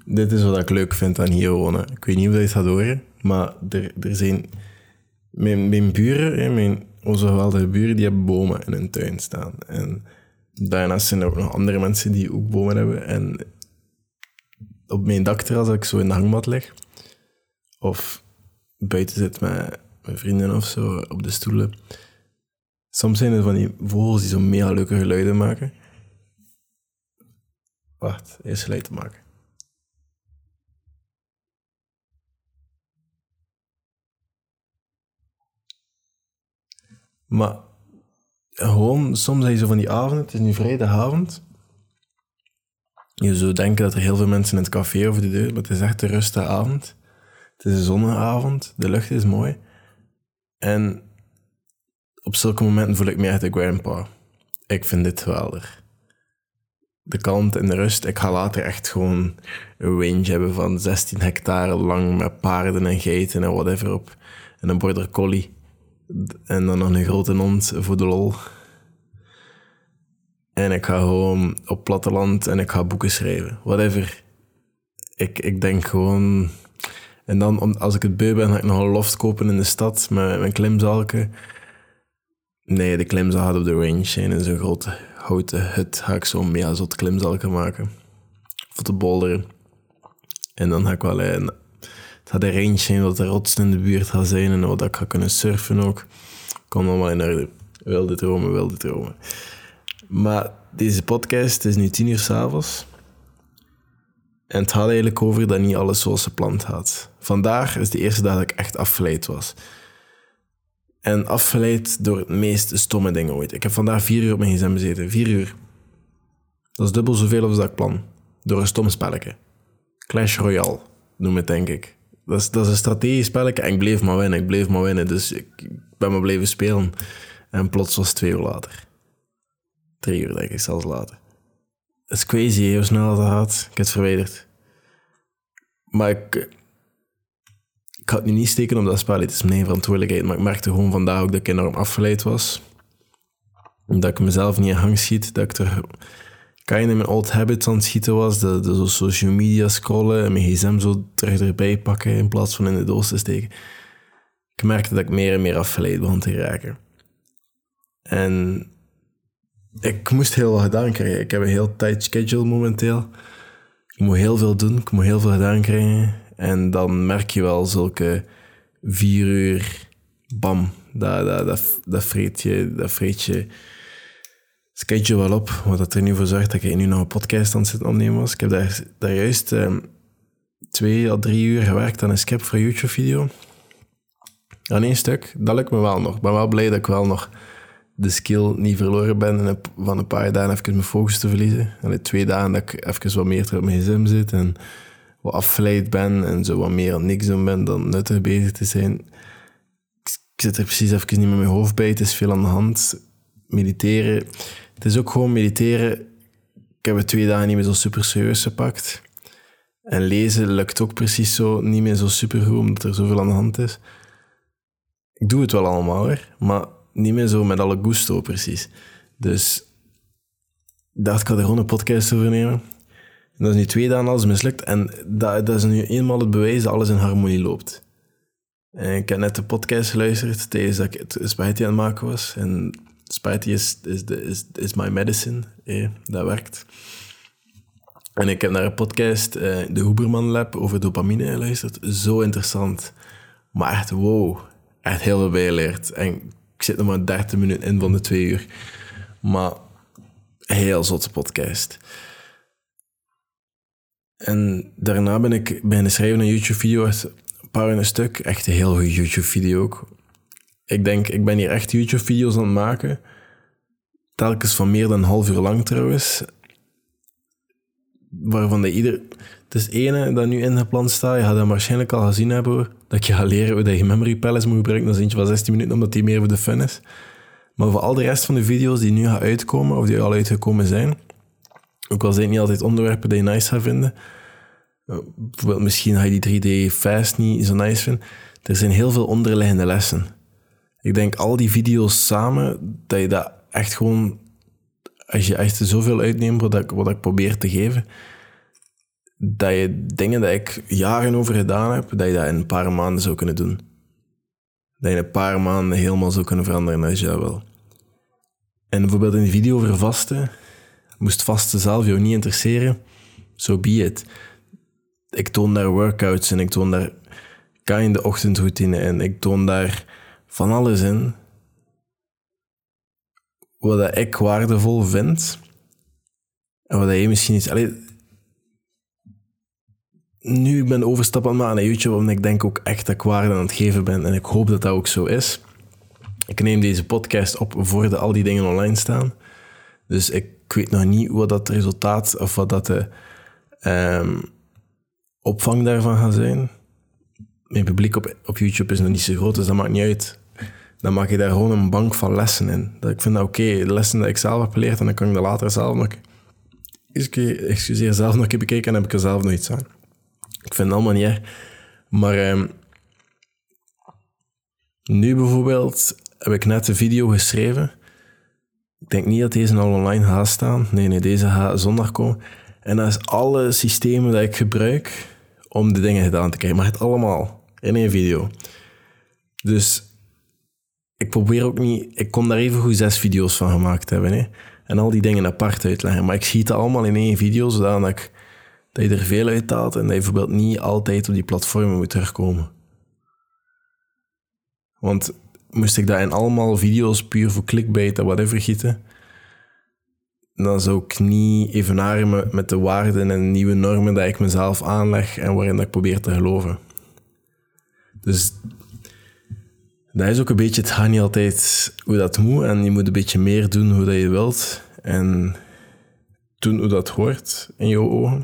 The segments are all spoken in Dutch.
dit is wat ik leuk vind aan hier wonen. Ik weet niet of je het gaat horen, maar er zijn... Mijn buren, onze geweldige buren, die hebben bomen in hun tuin staan. En daarnaast zijn er ook nog andere mensen die ook bomen hebben. En op mijn dakterras, als ik zo in de hangmat lig, of buiten zit met mijn vrienden of zo, op de stoelen. Soms zijn er van die vogels die zo mega leuke geluiden maken. Wacht, eerst geluid te maken. Maar gewoon, soms heb je zo van die avonden, het is nu vrijdagavond. Je zou denken dat er heel veel mensen in het café over de deur, maar het is echt een rustige avond. Het is een zonnige avond, de lucht is mooi. En op zulke momenten voel ik me echt een grandpa. Ik vind dit geweldig. De kalmte en de rust. Ik ga later echt gewoon een range hebben van 16 hectare lang met paarden en geiten en whatever op. En een border collie. En dan nog een grote hond voor de lol. En ik ga gewoon op platteland en ik ga boeken schrijven. Whatever. Ik denk gewoon... En dan, als ik het beu ben, ga ik nog een loft kopen in de stad met mijn klimzalken. Nee, de klimzaal gaat op de range zijn. In zo'n grote houten hut ga ik zo'n mega zot klimzalken maken. Voor te boulderen. En dan ga ik wel... Het gaat een range zijn dat er rotsen in de buurt gaat zijn en dat ik ga kunnen surfen ook. Kom allemaal in orde. Wilde dromen. Maar deze podcast is nu 10:00 s'avonds. En het gaat eigenlijk over dat niet alles zoals gepland gaat. Vandaag is de eerste dag dat ik echt afgeleid was. En afgeleid door het meest stomme ding ooit. Ik heb vandaag 4 uur op mijn gsm gezeten. 4 uur. Dat is dubbel zoveel als dat ik plan. Door een stom spelletje. Clash Royale, noem het denk ik. Dat is een strategisch spelletje en ik bleef maar winnen. Dus ik ben maar blijven spelen. En plots was het 2 uur later. 3 uur denk ik, zelfs later. Het is crazy hoe snel dat gaat. Ik heb het verwijderd. Maar ik had het nu niet steken op dat spel. Het is mijn verantwoordelijkheid. Maar ik merkte gewoon vandaag ook dat ik enorm afgeleid was. Dat ik mezelf niet in gang schiet. Dat ik er in mijn old habits aan het schieten was. Dat zo social media scrollen en mijn gsm zo terug erbij pakken in plaats van in de doos te steken. Ik merkte dat ik meer en meer afgeleid begon te raken. En ik moest heel wat gedaan krijgen. Ik heb een heel tight schedule momenteel. Ik moet heel veel doen. Ik moet heel veel gedaan krijgen. En dan merk je wel zulke 4 uur... Bam. Dat vreet je schedule wel op. Wat dat er nu voor zorgt dat ik nu nog een podcast aan het zitten opnemen was. Ik heb daar juist 2 à 3 uur gewerkt aan een script voor een YouTube-video. Aan 1 stuk. Dat lukt me wel nog. Ik ben wel blij dat ik wel nog de skill niet verloren ben en van een paar dagen even mijn focus te verliezen. En 2 dagen dat ik even wat meer terug op mijn gsm zit en wat afgeleid ben en zo wat meer aan niks doen ben dan nuttig bezig te zijn. Ik zit er precies even niet met mijn hoofd bij. Het is veel aan de hand. Mediteren. Het is ook gewoon mediteren. Ik heb het 2 dagen niet meer zo super serieus gepakt. En lezen lukt ook precies zo niet meer zo super goed, omdat er zoveel aan de hand is. Ik doe het wel allemaal hoor, maar niet meer zo met alle gusto precies. Dus ik dacht, ik ga er gewoon een podcast over nemen. En dat is nu 2 dagen alles mislukt. En dat is nu eenmaal het bewijs dat alles in harmonie loopt. En ik heb net de podcast geluisterd tijdens dat ik het spaghetti aan het maken was. En spaghetti is my medicine. Dat werkt. En ik heb naar een podcast, de Huberman Lab, over dopamine geluisterd. Zo interessant. Maar echt, wow. Echt heel veel bijgeleerd. En ik zit nog maar 30 minuten in van de 2 uur. Maar heel zotte podcast. En daarna ben ik beginnen schrijven een YouTube-video. Echt een paar in een stuk. Echt een heel goede YouTube-video ook. Ik denk, ik ben hier echt YouTube-video's aan het maken. Telkens van meer dan een half uur lang trouwens. Waarvan dat het is ene dat nu ingepland staat. Je gaat dat waarschijnlijk al gezien hebben. Dat je gaat leren hoe je memory palace moet gebruiken. Dat is eentje van 16 minuten, omdat die meer voor de fun is. Maar voor al de rest van de video's die nu gaan uitkomen, of die al uitgekomen zijn, ook al zijn het niet altijd onderwerpen die je nice gaat vinden. Bijvoorbeeld, misschien ga je die 3D fast niet zo nice vinden. Er zijn heel veel onderliggende lessen. Ik denk al die video's samen, dat je dat echt gewoon, als je echt zoveel uitneemt wat ik probeer te geven, dat je dingen dat ik jaren over gedaan heb, dat je dat in een paar maanden zou kunnen doen. Dat je in een paar maanden helemaal zou kunnen veranderen als je dat wil. En bijvoorbeeld in die video over vasten, moest vasten zelf jou niet interesseren, so be it. Ik toon daar workouts en ik toon daar in de ochtendroutine en ik toon daar van alles in wat ik waardevol vind en wat je misschien niet... Nu ik ben de overstap aan het maken naar YouTube, omdat ik denk ook echt dat ik waarde aan het geven ben en ik hoop dat dat ook zo is. Ik neem deze podcast op voordat al die dingen online staan. Dus ik weet nog niet wat dat resultaat of wat dat de opvang daarvan gaat zijn. Mijn publiek op YouTube is nog niet zo groot, dus dat maakt niet uit. Dan maak je daar gewoon een bank van lessen in. Ik vind dat oké. De lessen die ik zelf heb geleerd, en dan kan ik dat later zelf nog... zelf nog een keer bekeken en heb ik er zelf nog iets aan. Ik vind het allemaal niet erg. Maar nu bijvoorbeeld heb ik net een video geschreven. Ik denk niet dat deze al online gaat staan. Nee, deze gaat zondag komen. En dat is alle systemen dat ik gebruik om de dingen gedaan te krijgen. Maar het allemaal in één video. Dus ik probeer ook niet... Ik kon daar even goed 6 video's van gemaakt hebben. Hè? En al die dingen apart uitleggen. Maar ik schiet het allemaal in één video, zodat je er veel uithaalt en dat je bijvoorbeeld niet altijd op die platformen moet terugkomen. Want moest ik dat in allemaal video's puur voor clickbait en whatever gieten, dan zou ik niet evenaren met de waarden en nieuwe normen dat ik mezelf aanleg en waarin dat ik probeer te geloven. Dus dat is ook een beetje, het gaat niet altijd hoe dat moet en je moet een beetje meer doen hoe dat je wilt en doen hoe dat hoort in jouw ogen.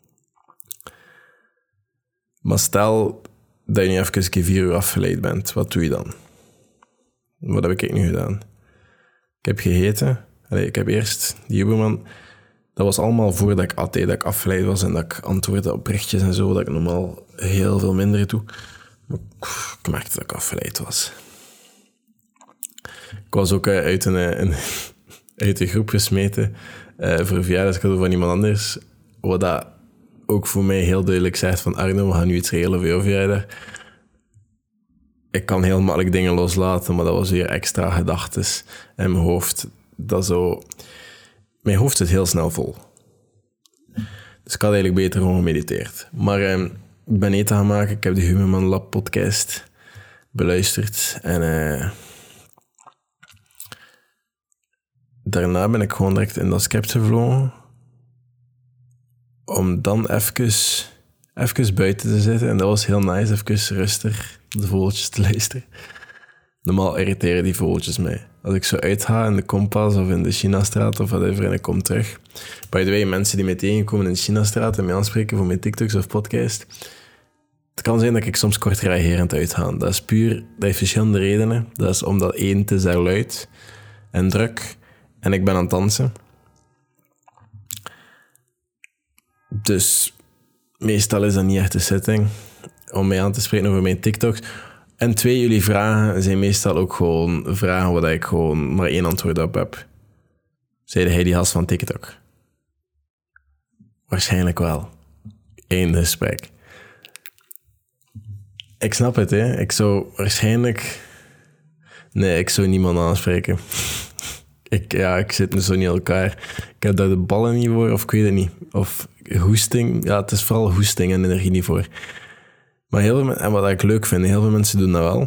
Maar stel dat je nu even een keer 4 uur afgeleid bent, wat doe je dan? Wat heb ik nu gedaan? Ik heb gegeten. Ik heb eerst die Uberman... Dat was allemaal voordat ik at, dat ik afgeleid was en dat ik antwoordde op berichtjes en zo, dat ik normaal heel veel minder doe. Maar ik merkte dat ik afgeleid was. Ik was ook uit een groep gesmeten voor een verjaardagscadeau van iemand anders, wat dat ook voor mij heel duidelijk zegt van Arno, we gaan nu iets regelen voor jouw verjaardag. Ik kan heel makkelijk dingen loslaten, maar dat was weer extra gedachtes. En mijn hoofd, mijn hoofd zit heel snel vol. Dus ik had eigenlijk beter gewoon gemediteerd. Maar ik ben eten gaan maken. Ik heb de Humanman Lab podcast beluisterd. En daarna ben ik gewoon direct in dat script gevlogen. Om dan even buiten te zitten. En dat was heel nice, even rustig de vogeltjes te luisteren. Normaal irriteren die vogeltjes mij. Als ik zo uitga in de Kompas of in de Chinastraat of whatever en ik kom terug. By the way, mensen die mij tegenkomen in de Chinastraat en mij aanspreken voor mijn TikToks of podcast. Het kan zijn dat ik soms kort reagerend uitga. Dat heeft verschillende redenen. Dat is omdat 1, het is daar luid en druk en ik ben aan het dansen. Dus meestal is dat niet echt de setting om mij aan te spreken over mijn TikToks. En 2, jullie vragen zijn meestal ook gewoon vragen waar ik gewoon maar 1 antwoord op heb. Zeide hij die gast van TikTok? Waarschijnlijk wel. 1 gesprek. Ik snap het, hè. Ik zou waarschijnlijk... Nee, ik zou niemand aanspreken. Ik zit nu zo niet in elkaar. Ik heb daar de ballen niet voor, of ik weet het niet. Of hoesting. Ja, het is vooral hoesting en energie niet voor. Maar en wat ik leuk vind, heel veel mensen doen dat wel.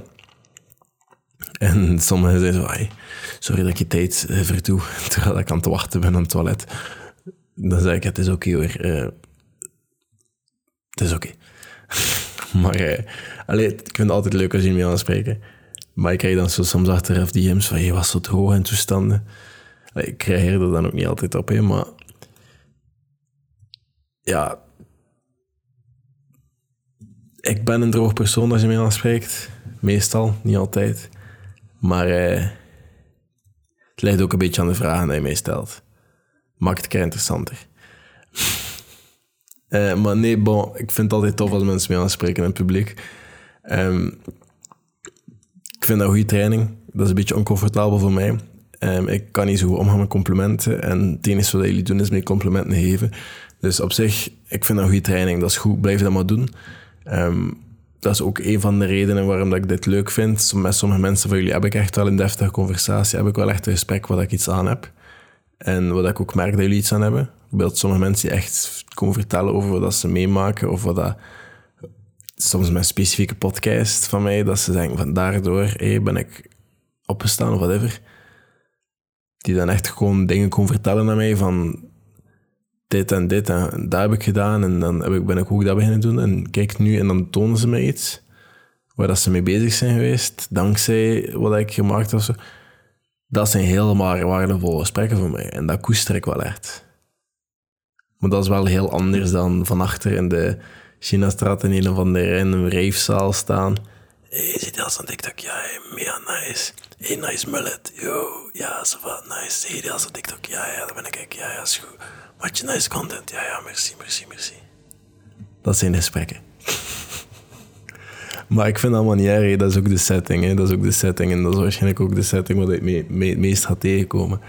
En sommigen zeggen zo, sorry dat ik je tijd verdoe, terwijl ik aan het wachten ben aan het toilet. Dan zeg ik, het is oké hoor. Het is oké. Maar ik vind het altijd leuk als jullie me aanspreken. Maar ik krijg dan zo soms achteraf DM's van, je was zo te hoog in toestanden. Ik reageer er dan ook niet altijd op, maar... Ja... Ik ben een droog persoon als je mij aanspreekt. Meestal, niet altijd. Maar het ligt ook een beetje aan de vragen die je mij stelt. Maakt het interessanter. Maar nee, ik vind het altijd tof als mensen mij aanspreken in het publiek. Ik vind dat een goede training. Dat is een beetje oncomfortabel voor mij. Ik kan niet zo goed omgaan met complimenten. En het enige wat jullie doen is mij complimenten geven. Dus op zich, ik vind dat een goede training. Dat is goed, blijf dat maar doen. Dat is ook een van de redenen waarom dat ik dit leuk vind. Met sommige mensen van jullie heb ik echt wel een deftige conversatie. Heb ik wel echt een gesprek waar ik iets aan heb. En wat ik ook merk dat jullie iets aan hebben. Bijvoorbeeld sommige mensen die echt komen vertellen over wat ze meemaken. Of wat dat... Soms met een specifieke podcast van mij. Dat ze zeggen van daardoor ben ik opgestaan of whatever. Die dan echt gewoon dingen komen vertellen aan mij van... dit en dit en dat heb ik gedaan en dan ben ik ook dat beginnen doen en kijk nu en dan tonen ze me iets waar dat ze mee bezig zijn geweest, dankzij wat ik gemaakt heb. Zo. Dat zijn helemaal waardevolle gesprekken voor mij en dat koester ik wel echt. Maar dat is wel heel anders dan van achter in de Chinastraat in een of andere in een ravezaal staan. Hey, zit je als een TikTok? Ja, mega nice. Hey, nice mullet. Yo, ja, zo wat nice. Hey, als een TikTok? Ja, dat ben ik. Ja, is goed. Wat je nice content. Ja, merci. Dat zijn de gesprekken. Maar ik vind dat allemaal niet erg. Dat is ook de setting. Hè. Dat is ook de setting. En dat is waarschijnlijk ook de setting waar ik het meest ga tegenkomen.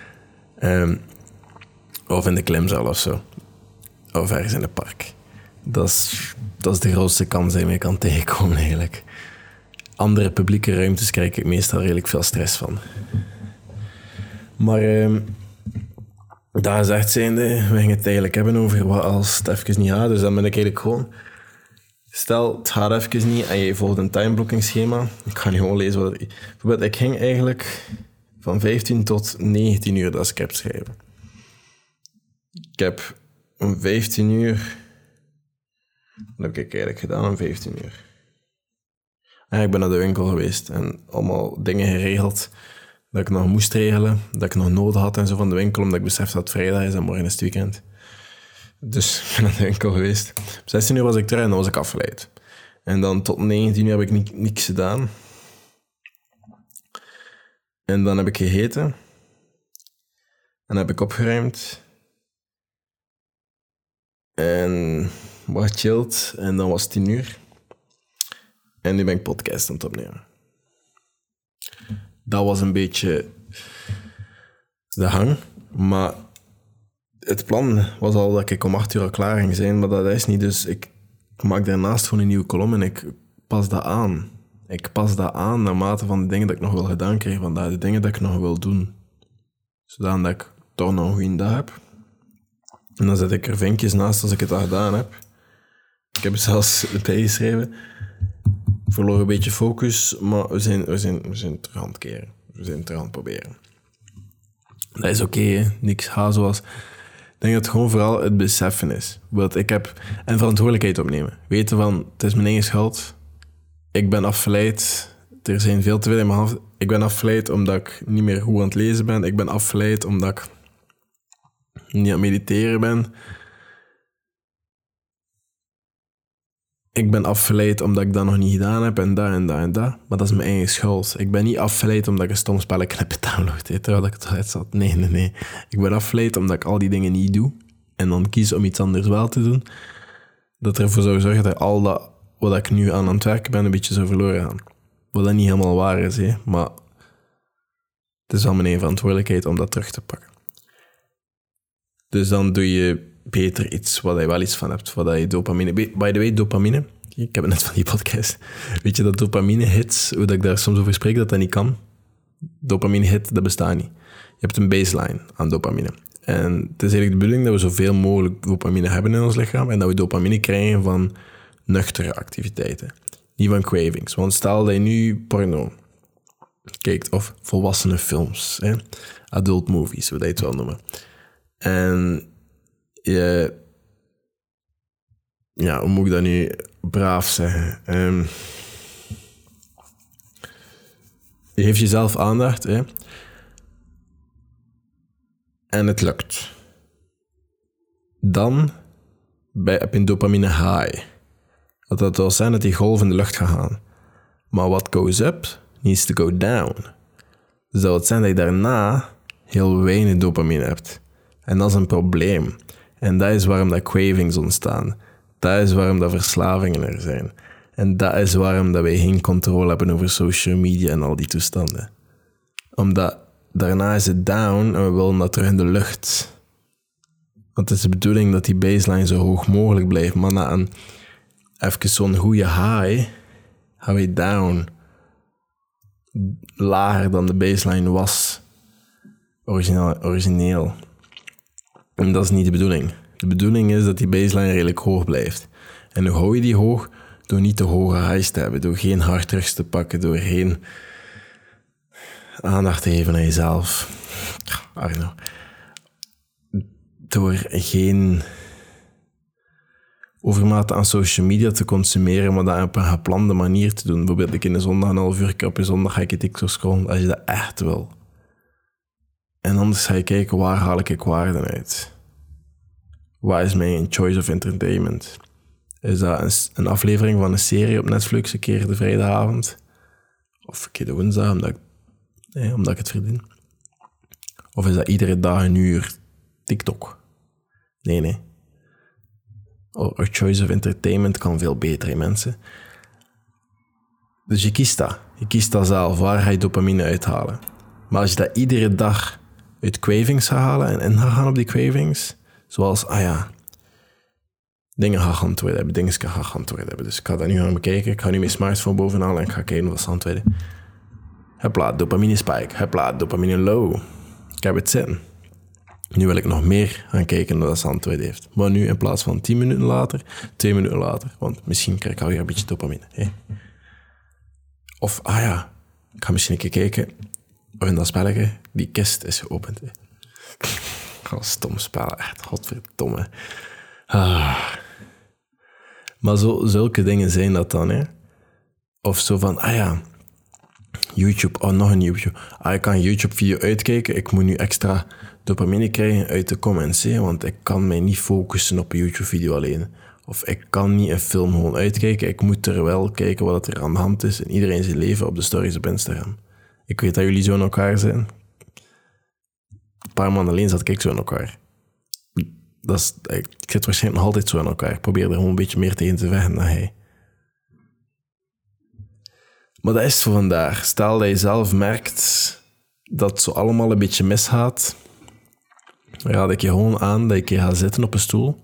Of in de klimzaal of zo. Of ergens in het park. Dat is de grootste kans die je mee kan tegenkomen eigenlijk. Andere publieke ruimtes krijg ik meestal redelijk veel stress van. Maar... dat gezegd zijnde, we gingen het eigenlijk hebben over wat als het even niet gaat. Dus dan ben ik eigenlijk gewoon... Stel, het gaat even niet en je volgt een timeblocking schema. Ik ga nu gewoon lezen wat... Bijvoorbeeld, ik ging eigenlijk van 15 tot 19 uur dat script schrijven. Ik heb om 15 uur... Wat heb ik eigenlijk gedaan om 15 uur? Ik ben naar de winkel geweest en allemaal dingen geregeld... dat ik nog moest regelen, dat ik nog nodig had en zo van de winkel, omdat ik besefte dat het vrijdag is en morgen is het weekend. Dus ik ben naar de winkel geweest. Om 16 uur was ik terug en dan was ik afgeleid. En dan tot 19 uur heb ik niks gedaan. En dan heb ik gegeten. En heb ik opgeruimd. En wat chilled. En dan was het 10 uur. En nu ben ik podcast aan het opnemen. Dat was een beetje de hang. Maar het plan was al dat ik om 8 uur al klaar ging zijn. Maar dat is niet. Dus ik maak daarnaast gewoon een nieuwe kolom en ik pas dat aan. Ik pas dat aan naarmate van de dingen dat ik nog wil gedaan krijg vandaag. De dingen dat ik nog wil doen. Zodat ik toch nog een goede dag heb. En dan zet ik er vinkjes naast als ik het al gedaan heb. Ik heb het zelfs bijgeschreven. Ik verloor een beetje focus, maar we zijn terug aan het keren. We zijn terug aan het proberen. Dat is oké, niks gaat zoals... Ik denk dat het gewoon vooral het beseffen is. Wat ik heb... En verantwoordelijkheid opnemen. Weten van, het is mijn eigen schuld. Ik ben afgeleid. Er zijn veel te veel in mijn hoofd. Ik ben afgeleid omdat ik niet meer goed aan het lezen ben. Ik ben afgeleid omdat ik niet aan het mediteren ben. Ik ben afgeleid omdat ik dat nog niet gedaan heb en dat en dat en dat. Maar dat is mijn eigen schuld. Ik ben niet afgeleid omdat ik een stom spelletje heb gedownload, terwijl ik het eruit zat. Nee. Ik ben afgeleid omdat ik al die dingen niet doe en dan kies om iets anders wel te doen. Dat ervoor zou zorgen dat al dat wat ik nu aan het werken ben een beetje zou verloren gaan. Wat dat niet helemaal waar is, hè. Maar het is wel mijn eigen verantwoordelijkheid om dat terug te pakken. Dus dan doe je beter iets waar je wel iets van hebt. Waar je dopamine... By the way, dopamine... Ik heb het net van die podcast. Weet je dat dopamine-hits, hoe dat ik daar soms over spreek, dat niet kan? Dopamine-hit, dat bestaat niet. Je hebt een baseline aan dopamine. En het is eigenlijk de bedoeling dat we zoveel mogelijk dopamine hebben in ons lichaam en dat we dopamine krijgen van nuchtere activiteiten. Niet van cravings. Want stel dat je nu porno kijkt, of volwassene films, hè? Adult movies, hoe dat je het wel noemen. En je... Ja, hoe moet ik dat nu braaf zeggen? Je geeft jezelf aandacht, hè? En het lukt. Dan heb je een dopamine high. Dat wil zijn dat die golf in de lucht gaat gaan. Maar what goes up needs to go down. Dus dat wil zijn dat je daarna heel weinig dopamine hebt. En dat is een probleem. En dat is waarom dat cravings ontstaan. Dat is waarom dat verslavingen er zijn. En dat is waarom dat wij geen controle hebben over social media en al die toestanden. Omdat daarna is het down en we willen dat terug in de lucht. Want het is de bedoeling dat die baseline zo hoog mogelijk blijft. Maar na even zo'n goede high, gaan we down lager dan de baseline was. Origineel. En dat is niet de bedoeling. De bedoeling is dat die baseline redelijk hoog blijft. En hoe hou je die hoog? Door niet te hoge highs te hebben. Door geen hardrugs te pakken. Door geen aandacht te geven aan jezelf. Arno. Door geen overmaat aan social media te consumeren, maar dat op een geplande manier te doen. Bijvoorbeeld, ik in de zondag een half uur, op je zondag ga ik het TikTok scrollen, als je dat echt wil. En anders ga je kijken, waar haal ik waarde uit? Wat is mijn choice of entertainment? Is dat een aflevering van een serie op Netflix, een keer de vrijdagavond? Of een keer de woensdag, omdat ik het verdien? Of is dat iedere dag een uur TikTok? Nee. Our choice of entertainment kan veel beter, hè, mensen. Dus je kiest dat. Je kiest dat zelf. Waar ga je dopamine uithalen? Maar als je dat iedere dag uit cravings gaat halen en in gaat gaan op die cravings, zoals, dingen gaan geantwoord hebben, dingen gaan geantwoord hebben. Dus ik ga dat nu gaan bekijken. Ik ga nu mijn smartphone bovenaan en ik ga kijken wat ze antwoorden. Hopla, dopamine spike. Hopla, dopamine low. Ik heb het zitten. Nu wil ik nog meer gaan kijken naar dat ze antwoord heeft. Maar nu in plaats van 10 minuten later, 2 minuten later. Want misschien krijg ik alweer een beetje dopamine. Hè? Of, ik ga misschien een keer kijken of in dat spelletje die kist is geopend. Hè? Stom spel, echt, godverdomme. Maar zulke dingen zijn dat dan, hè. Of zo van, YouTube, nog een YouTube. Ik kan een YouTube-video uitkijken, ik moet nu extra dopamine krijgen uit de comments, hè, want ik kan mij niet focussen op een YouTube-video alleen. Of ik kan niet een film gewoon uitkijken, ik moet er wel kijken wat er aan de hand is in iedereen zijn leven op de stories op Instagram. Ik weet dat jullie zo in elkaar zijn. Een paar maanden alleen zat ik zo in elkaar. Ik zit waarschijnlijk nog altijd zo in elkaar. Ik probeer er gewoon een beetje meer tegen te vechten dan hij. Maar dat is het voor vandaag. Stel dat je zelf merkt dat het zo allemaal een beetje misgaat, raad ik je gewoon aan dat je een keer gaat zitten op een stoel,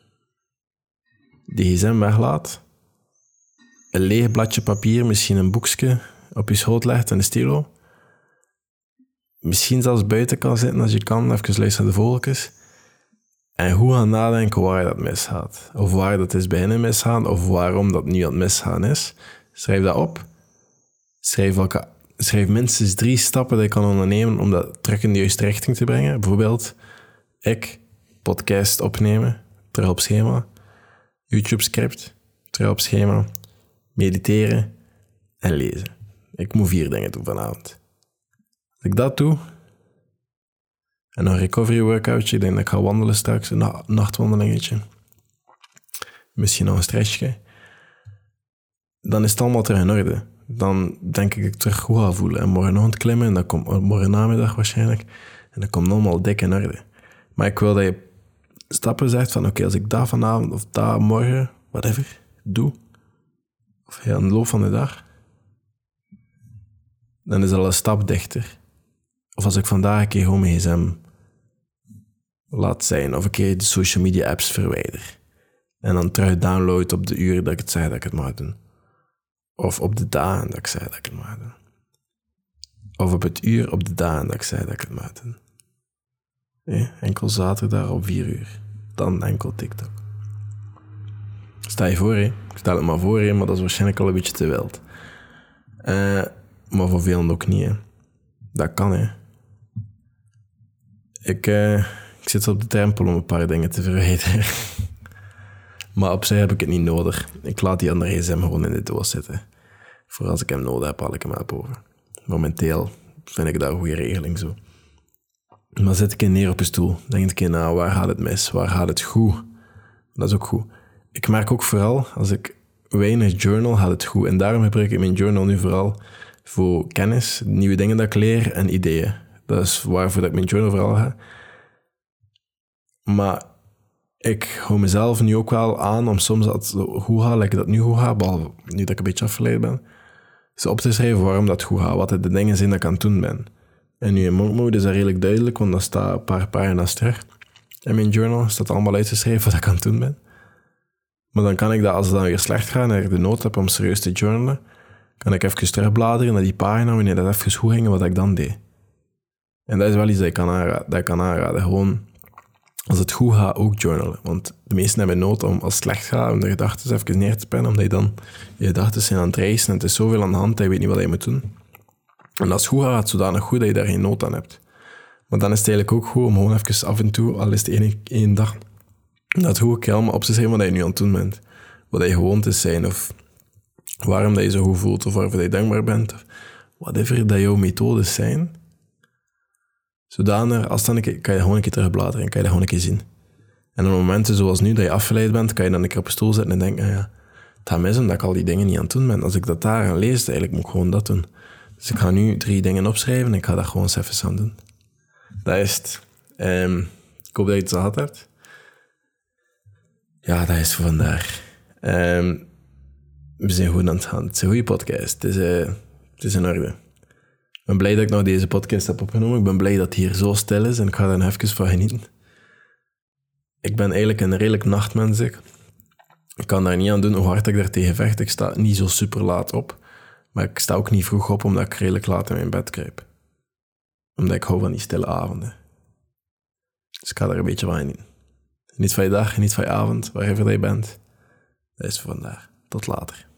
die gsm weglaat, een leeg bladje papier, misschien een boekje op je schoot legt en een stilo. Misschien zelfs buiten kan zitten als je kan, even luisteren naar de vogeltjes. En hoe gaan nadenken waar dat misgaat. Of waar dat is bij hen misgaan, of waarom dat nu aan het misgaan is. Schrijf dat op. Schrijf minstens 3 stappen die je kan ondernemen om dat terug in de juiste richting te brengen. Bijvoorbeeld, podcast opnemen, terug op schema. YouTube-script, terug op schema. Mediteren en lezen. Ik moet 4 dingen doen vanavond. Als ik dat doe, en een recovery workoutje, ik denk dat ik ga wandelen straks, een nachtwandelingetje. Misschien nog een stretchje. Dan is het allemaal terug in orde. Dan denk ik dat ik terug goed ga voelen. En morgen nog aan het klimmen, en dat komt morgen namiddag waarschijnlijk. En dat komt allemaal dik in orde. Maar ik wil dat je stappen zegt van, oké, als ik dat vanavond of dat morgen, whatever, doe, of aan de loop van de dag, dan is dat al een stap dichter. Of als ik vandaag een keer gewoon mijn gsm laat zijn, of een keer de social media apps verwijder. En dan terug download op de uren dat ik het zeg dat ik het mag doen. Of op de dagen dat ik zeg dat ik het mag doen. Of op het uur op de dagen dat ik zeg dat ik het mag doen. Enkel zaterdag op 4 uur. Dan enkel TikTok. Stel je voor, ik stel het maar voor, maar dat is waarschijnlijk al een beetje te wild. Maar voor velen ook niet, hè. Dat kan, hè. Ik zit op de drempel om een paar dingen te verwijderen. Maar op zich heb ik het niet nodig. Ik laat die andere gsm gewoon in de doos zitten. Voor als ik hem nodig heb, haal ik hem maar boven. Momenteel vind ik dat een goede regeling zo. Maar zit ik neer op een stoel, denk ik na, waar gaat het mis? Waar gaat het goed? Dat is ook goed. Ik merk ook vooral, als ik weinig journal, gaat het goed. En daarom gebruik ik mijn journal nu vooral voor kennis, nieuwe dingen dat ik leer en ideeën. Dat is waarvoor dat ik mijn journal vooral ga. Maar ik hou mezelf nu ook wel aan om soms dat goed gaat, like dat nu goed gaat, behalve nu dat ik een beetje afgeleid ben, dus op te schrijven waarom dat goed gaat, wat de dingen zijn dat ik aan het doen ben. En nu in monk mode is dat redelijk duidelijk, want dat staat een paar pagina's terug. In mijn journal staat allemaal uitgeschreven wat ik aan het doen ben. Maar dan kan ik dat, als het dan weer slecht gaat en ik de nood heb om serieus te journalen, kan ik even terugbladeren naar die pagina wanneer dat even goed ging en wat ik dan deed. En dat is wel iets dat ik kan aanraden. Gewoon, als het goed gaat, ook journalen. Want de meesten hebben nood om, als het slecht gaat, om de gedachten even neer te pennen, omdat je dan, je gedachten zijn aan het reizen en het is zoveel aan de hand dat je weet niet wat je moet doen. En als het goed gaat, zodanig goed dat je daar geen nood aan hebt. Maar dan is het eigenlijk ook goed om gewoon even af en toe, al is het één dag, dat goed helemaal op te schrijven wat je nu aan het doen bent. Wat je gewoontes zijn, of waarom dat je zo goed voelt, of waarvoor je dankbaar bent, of whatever dat jouw methodes zijn. Zodanig, als dan kan je gewoon een keer terugbladeren en kan je dat gewoon een keer zien. En op momenten zoals nu, dat je afgeleid bent, kan je dan een keer op een stoel zitten en denken, ja, het gaat mis omdat ik al die dingen niet aan het doen ben. Als ik dat daar aan lees, eigenlijk moet ik gewoon dat doen. Dus ik ga nu 3 dingen opschrijven en ik ga dat gewoon eens even aan doen. Dat is het. Ik hoop dat je het gehad hebt. Ja, dat is het voor vandaag. We zijn goed aan het gaan. Het is een goede podcast. Het is in orde. Ik ben blij dat ik nog deze podcast heb opgenomen. Ik ben blij dat het hier zo stil is en ik ga er even van genieten. Ik ben eigenlijk een redelijk nachtmens. Ik kan daar niet aan doen hoe hard ik daar tegen vecht. Ik sta niet zo super laat op. Maar ik sta ook niet vroeg op omdat ik redelijk laat in mijn bed kruip. Omdat ik hou van die stille avonden. Dus ik ga er een beetje van genieten. Niet van je dag, niet van je avond, waarver je bent. Dat is voor vandaag. Tot later.